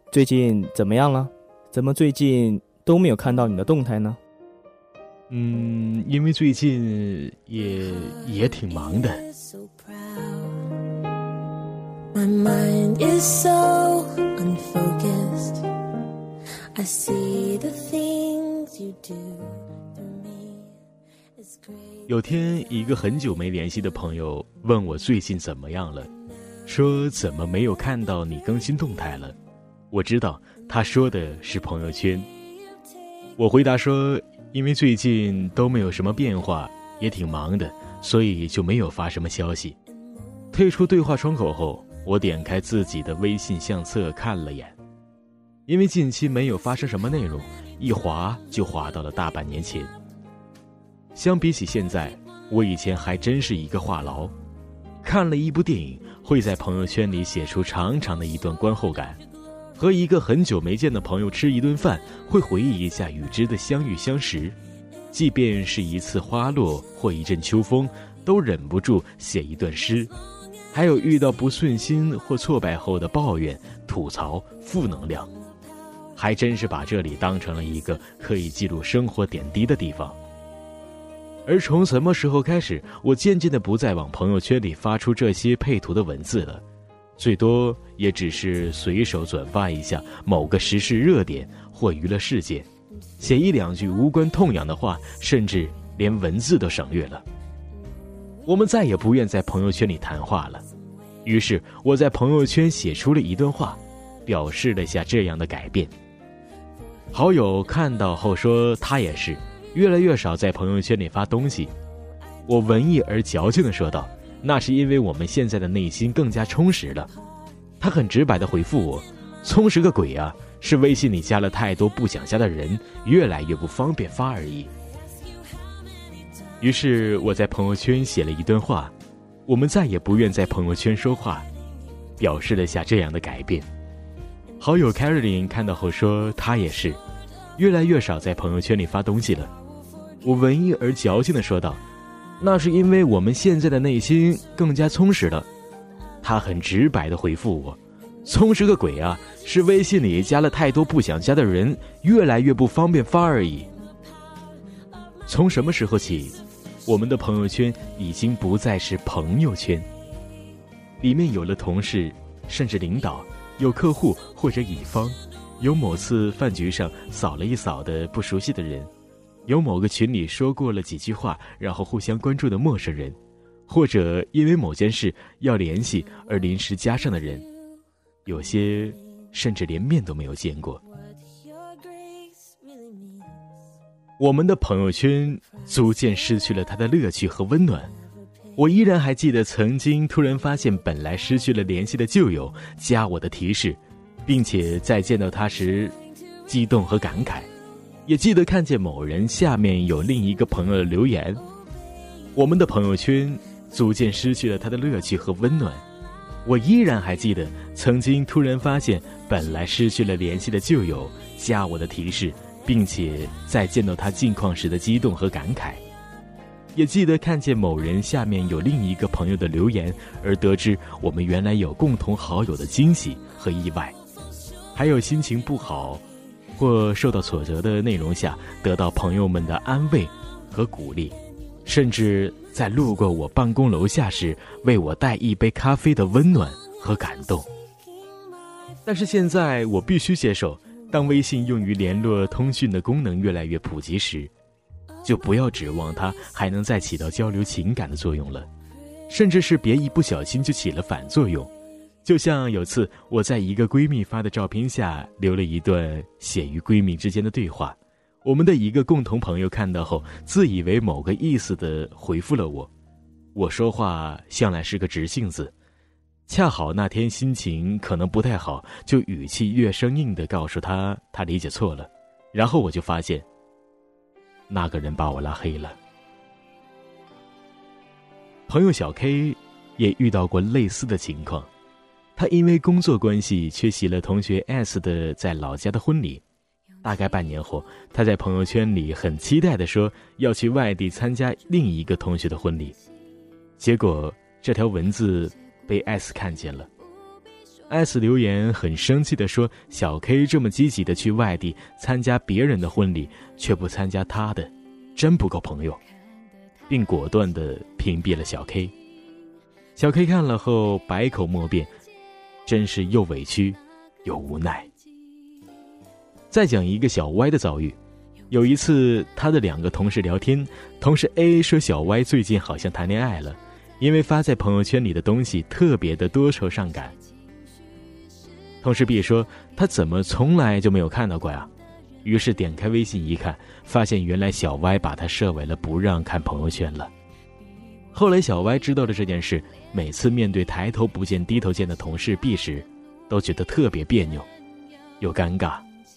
最近怎么样了？怎么最近都没有看到你的动态呢？ 因为最近也挺忙的。 My mind is so unfocused. I see the things you do to me. It's great. 有天，一个很久没联系的朋友问我最近怎么样了，说怎么没有看到你更新动态了。我知道他说的是朋友圈。我回答说，因为最近都没有什么变化，也挺忙的，所以就没有发什么消息。退出对话窗口后，我点开自己的微信相册看了眼，因为近期没有发生什么内容，一滑就滑到了大半年前。相比起现在，我以前还真是一个话痨，看了一部电影会在朋友圈里写出长长的一段观后感，和一个很久没见的朋友吃一顿饭会回忆一下与之的相遇相识，即便是一次花落或一阵秋风，都忍不住写一段诗。还有遇到不顺心或挫败后的抱怨、吐槽、负能量，还真是把这里当成了一个可以记录生活点滴的地方。而从什么时候开始，我渐渐地不再往朋友圈里发出这些配图的文字了，最多也只是随手转发一下某个时事热点或娱乐事件，写一两句无关痛痒的话，甚至连文字都省略了。我们再也不愿在朋友圈里谈话了，于是我在朋友圈写出了一段话，表示了下这样的改变。好友看到后说他也是越来越少在朋友圈里发东西。我文艺而矫情地说道，那是因为我们现在的内心更加充实了。他很直白地回复我，充实个鬼啊，是微信里加了太多不想加的人，越来越不方便发而已。于是我在朋友圈写了一段话，我们再也不愿在朋友圈说话，表示了下这样的改变。好友 Caroline 看到后说，她也是越来越少在朋友圈里发东西了。我文艺而矫情地说道，那是因为我们现在的内心更加充实了。她很直白地回复我，充实个鬼啊，是微信里加了太多不想加的人，越来越不方便发而已。从什么时候起，我们的朋友圈已经不再是朋友圈，里面有了同事，甚至领导，有客户或者乙方，有某次饭局上扫了一扫的不熟悉的人，有某个群里说过了几句话然后互相关注的陌生人，或者因为某件事要联系而临时加上的人，有些甚至连面都没有见过。我们的朋友圈逐渐失去了它的乐趣和温暖。我依然还记得曾经突然发现本来失去了联系的旧友加我的提示，并且在见到他时激动和感慨，也记得看见某人下面有另一个朋友的留言。我们的朋友圈逐渐失去了它的乐趣和温暖。我依然还记得曾经突然发现本来失去了联系的旧友加我的提示，并且在见到他近况时的激动和感慨，也记得看见某人下面有另一个朋友的留言，而得知我们原来有共同好友的惊喜和意外，还有心情不好或受到挫折的内容下得到朋友们的安慰和鼓励，甚至在路过我办公楼下时为我带一杯咖啡的温暖和感动。但是现在我必须接受，当微信用于联络通讯的功能越来越普及时，就不要指望它还能再起到交流情感的作用了，甚至是别一不小心就起了反作用。就像有次我在一个闺蜜发的照片下留了一段写于闺蜜之间的对话，我们的一个共同朋友看到后自以为某个意思地回复了我。我说话向来是个直性子，恰好那天心情可能不太好，就语气越生硬地告诉他理解错了，然后我就发现那个人把我拉黑了。朋友小 K 也遇到过类似的情况，他因为工作关系缺席了同学 S 的在老家的婚礼，大概半年后，他在朋友圈里很期待地说要去外地参加另一个同学的婚礼，结果这条文字被 S 看见了。 S 留言很生气地说，小 K 这么积极地去外地参加别人的婚礼，却不参加他的，真不够朋友，并果断地屏蔽了小 K。 小 K 看了后百口莫辩，真是又委屈又无奈。再讲一个小歪的遭遇。有一次他的2个同事聊天，同事 A 说小歪最近好像谈恋爱了，因为发在朋友圈里的东西特别的多愁善感。同事 B 说他怎么从来就没有看到过呀？于是点开微信一看，发现原来小歪把他设为了不让看朋友圈了。后来小歪知道了这件事，每次面对抬头不见低头见的同事 B 时，都觉得特别别扭又尴尬。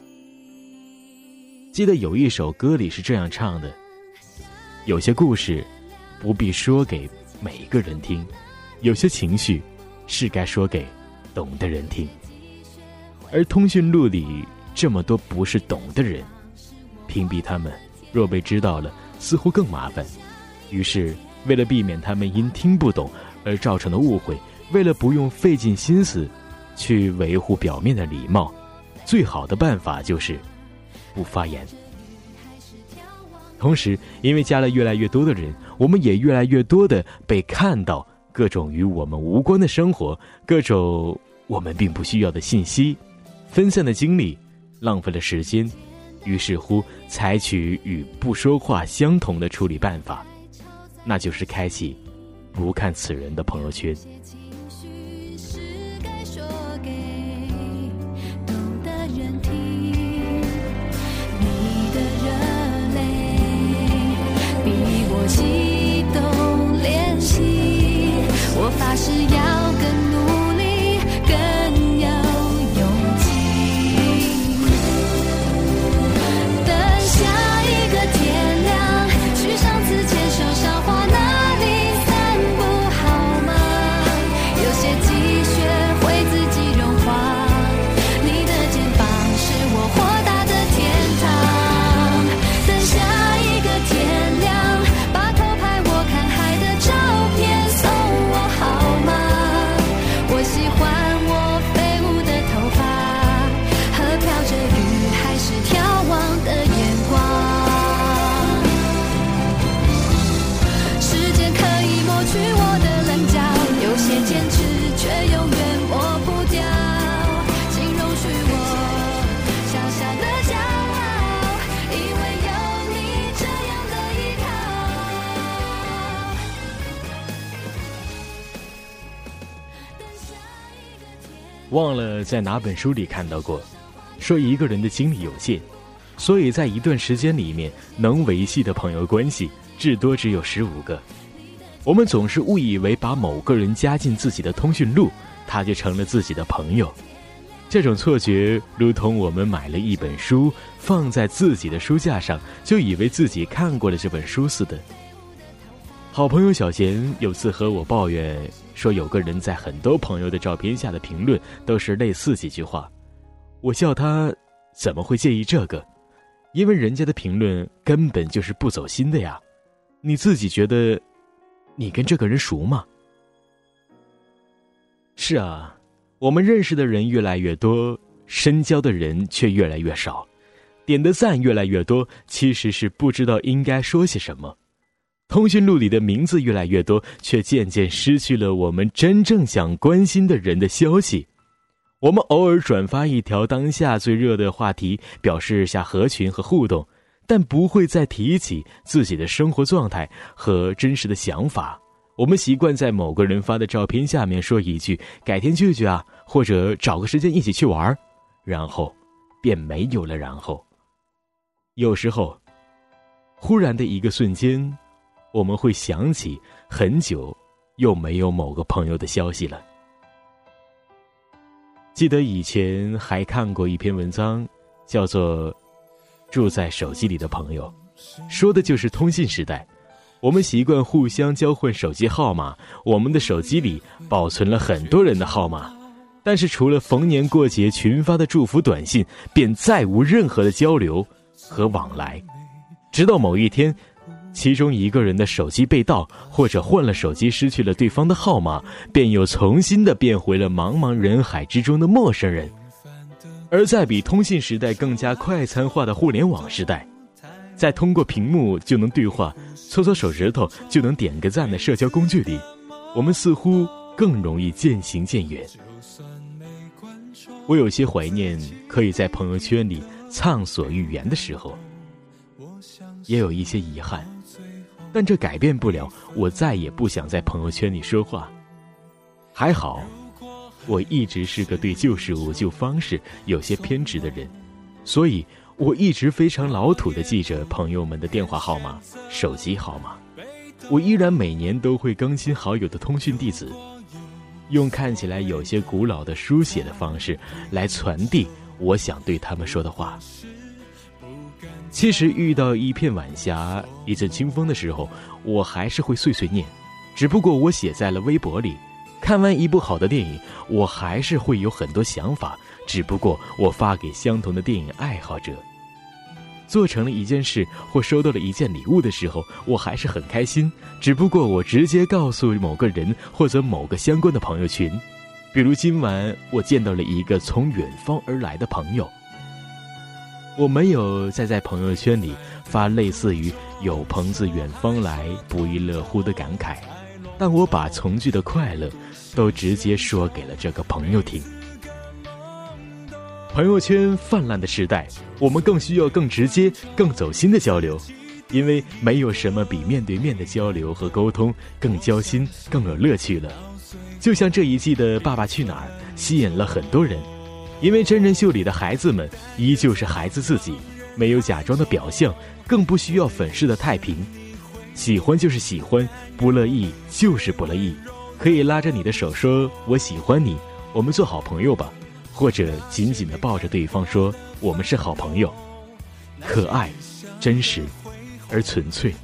记得有一首歌里是这样唱的，有些故事不必说给每个人听，有些情绪是该说给懂的人听。而通讯录里这么多不是懂的人，屏蔽他们若被知道了似乎更麻烦。于是为了避免他们因听不懂而造成的误会，为了不用费尽心思去维护表面的礼貌，最好的办法就是不发言。同时因为加了越来越多的人，我们也越来越多的被看到各种与我们无关的生活，各种我们并不需要的信息，分散的精力，浪费了时间，于是乎采取与不说话相同的处理办法，那就是开启不看此人的朋友圈。 激动练习，我发誓要更努力，更有勇气。等下一个天亮，去上次牵手赏花那里散步好吗？有些积雪会自己融化，你的肩膀是我豁达的天堂。等下一个天亮，喜欢我飞舞的头发和飘着雨还是眺望的眼光。时间可以抹去我的棱角，有些坚持却永远抹不掉，请容许我小小的骄傲，因为有你这样的依靠。 忘了在哪本书里看到过，说一个人的精力有限，所以在一段时间里面能维系的朋友关系至多只有15个。我们总是误以为把某个人加进自己的通讯录，他就成了自己的朋友。这种错觉如同我们买了一本书放在自己的书架上，就以为自己看过了这本书似的。好朋友小贤有次和我抱怨说，有个人在很多朋友的照片下的评论都是类似几句话。我笑他怎么会介意这个，因为人家的评论根本就是不走心的呀。你自己觉得你跟这个人熟吗？是啊，我们认识的人越来越多，深交的人却越来越少，点的赞越来越多，其实是不知道应该说些什么。通讯录里的名字越来越多，却渐渐失去了我们真正想关心的人的消息。我们偶尔转发一条当下最热的话题，表示下合群和互动，但不会再提起自己的生活状态和真实的想法。我们习惯在某个人发的照片下面说一句改天聚聚啊，或者找个时间一起去玩，然后便没有了然后。有时候忽然的一个瞬间，我们会想起很久又没有某个朋友的消息了。记得以前还看过一篇文章，叫做《住在手机里的朋友》，说的就是通信时代。我们习惯互相交换手机号码，我们的手机里保存了很多人的号码，但是除了逢年过节群发的祝福短信，便再无任何的交流和往来。直到某一天， 其中一个人的手机被盗，或者换了手机失去了对方的号码，便又重新的变回了茫茫人海之中的陌生人。而在比通信时代更加快餐化的互联网时代，在通过屏幕就能对话、搓搓手指头就能点个赞的社交工具里，我们似乎更容易渐行渐远。我有些怀念可以在朋友圈里畅所欲言的时候，也有一些遗憾，但这改变不了我再也不想在朋友圈里说话。还好，我一直是个对旧事物、旧方式有些偏执的人，所以我一直非常老土地记着朋友们的电话号码、手机号码。我依然每年都会更新好友的通讯地址，用看起来有些古老的书写的方式来传递我想对他们说的话。其实遇到一片晚霞、一阵清风的时候，我还是会碎碎念，只不过我写在了微博里。看完一部好的电影，我还是会有很多想法，只不过我发给相同的电影爱好者。做成了一件事或收到了一件礼物的时候，我还是很开心，只不过我直接告诉某个人或者某个相关的朋友群。比如今晚我见到了一个从远方而来的朋友，我没有再在朋友圈里发类似于有朋自远方来不亦乐乎的感慨，但我把从聚的快乐都直接说给了这个朋友听。朋友圈泛滥的时代，我们更需要更直接、更走心的交流，因为没有什么比面对面的交流和沟通更交心、更有乐趣了。就像这一季的《爸爸去哪儿》吸引了很多人，因为真人秀里的孩子们依旧是孩子自己，没有假装的表象，更不需要粉饰的太平。喜欢就是喜欢，不乐意就是不乐意，可以拉着你的手说我喜欢你，我们做好朋友吧，或者紧紧地抱着对方说我们是好朋友。可爱、真实而纯粹。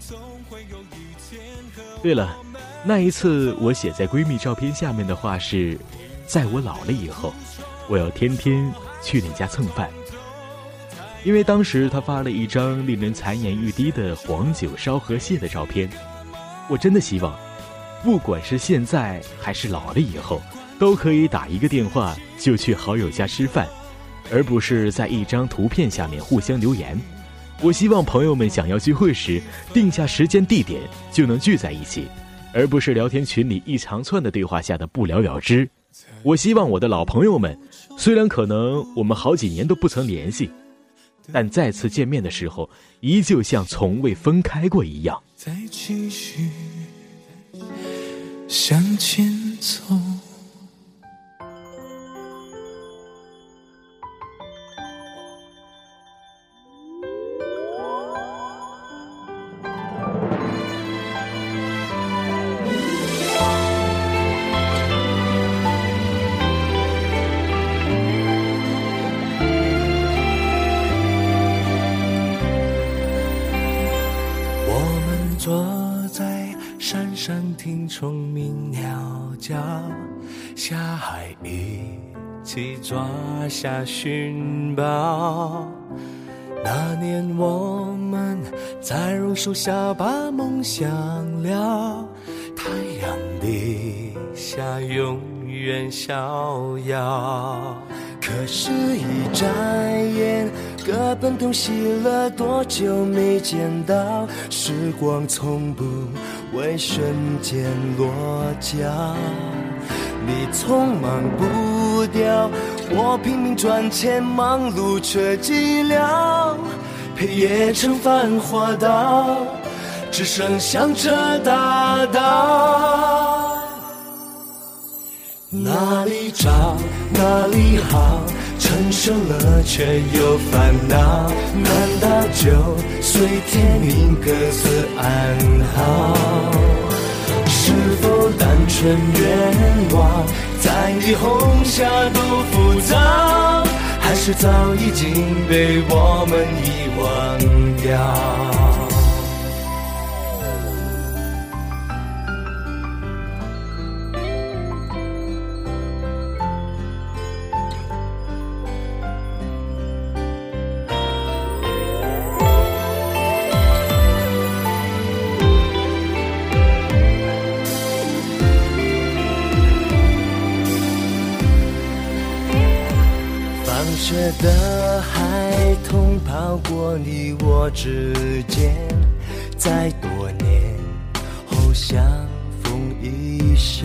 对了，那一次我写在闺蜜照片下面的话是，在我老了以后，我要天天去你家蹭饭。因为当时她发了一张令人馋涎欲滴的黄酒烧河蟹的照片，我真的希望不管是现在还是老了以后，都可以打一个电话就去好友家吃饭，而不是在一张图片下面互相留言。我希望朋友们想要聚会时定下时间地点就能聚在一起，而不是聊天群里一长串的对话下的不了了之。我希望我的老朋友们，虽然可能我们好几年都不曾联系，但再次见面的时候依旧像从未分开过一样。 再继续向前走，坐在山上听虫鸣鸟叫，下海一起抓下寻宝。那年我们在榕树下把梦想了，太阳底下永远逍遥。可是一眨眼，各奔东西了，多久没见到？时光从不为瞬间落脚，你匆忙步调，我拼命赚钱，忙碌却寂寥，黑夜成繁华道，只剩响彻大道。哪里找哪里好，承受了却又烦恼，难道就随天命各自安好？是否单纯愿望在霓虹下都浮躁，还是早已经被我们遗忘掉？ 学的孩童跑过你我之间，在多年后相逢一笑，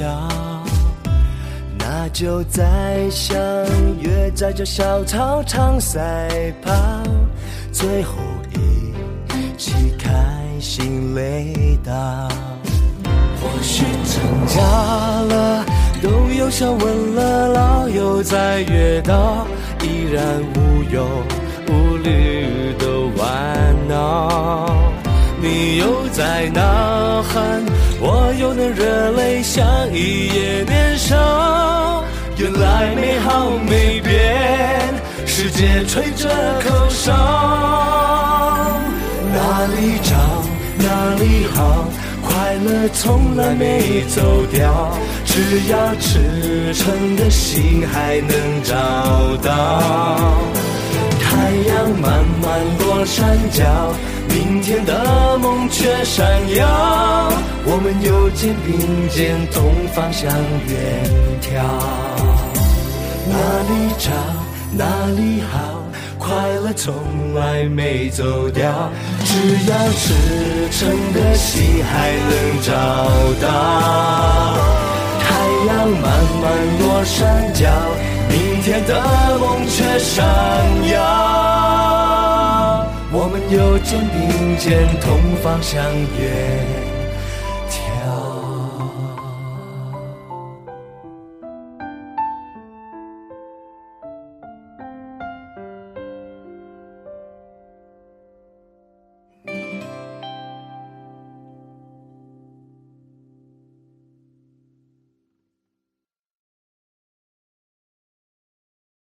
那就再相约在这小操场赛跑，最后一起开心累倒。或许成家了，都有小问了，老友在约到，依然无忧无虑的玩闹。你又在呐喊，我又能热泪像一夜年少。原来美好没变，世界吹着口哨，哪里找哪里好，快乐从来没走掉，只要赤诚的心还能找到。太阳慢慢落山脚，明天的梦却闪耀，我们又肩并肩同方向远眺。哪里找哪里好，快乐从来没走掉，只要赤诚的心还能找到。太阳慢慢落山脚，明天的梦却闪耀，我们又肩并肩同方向远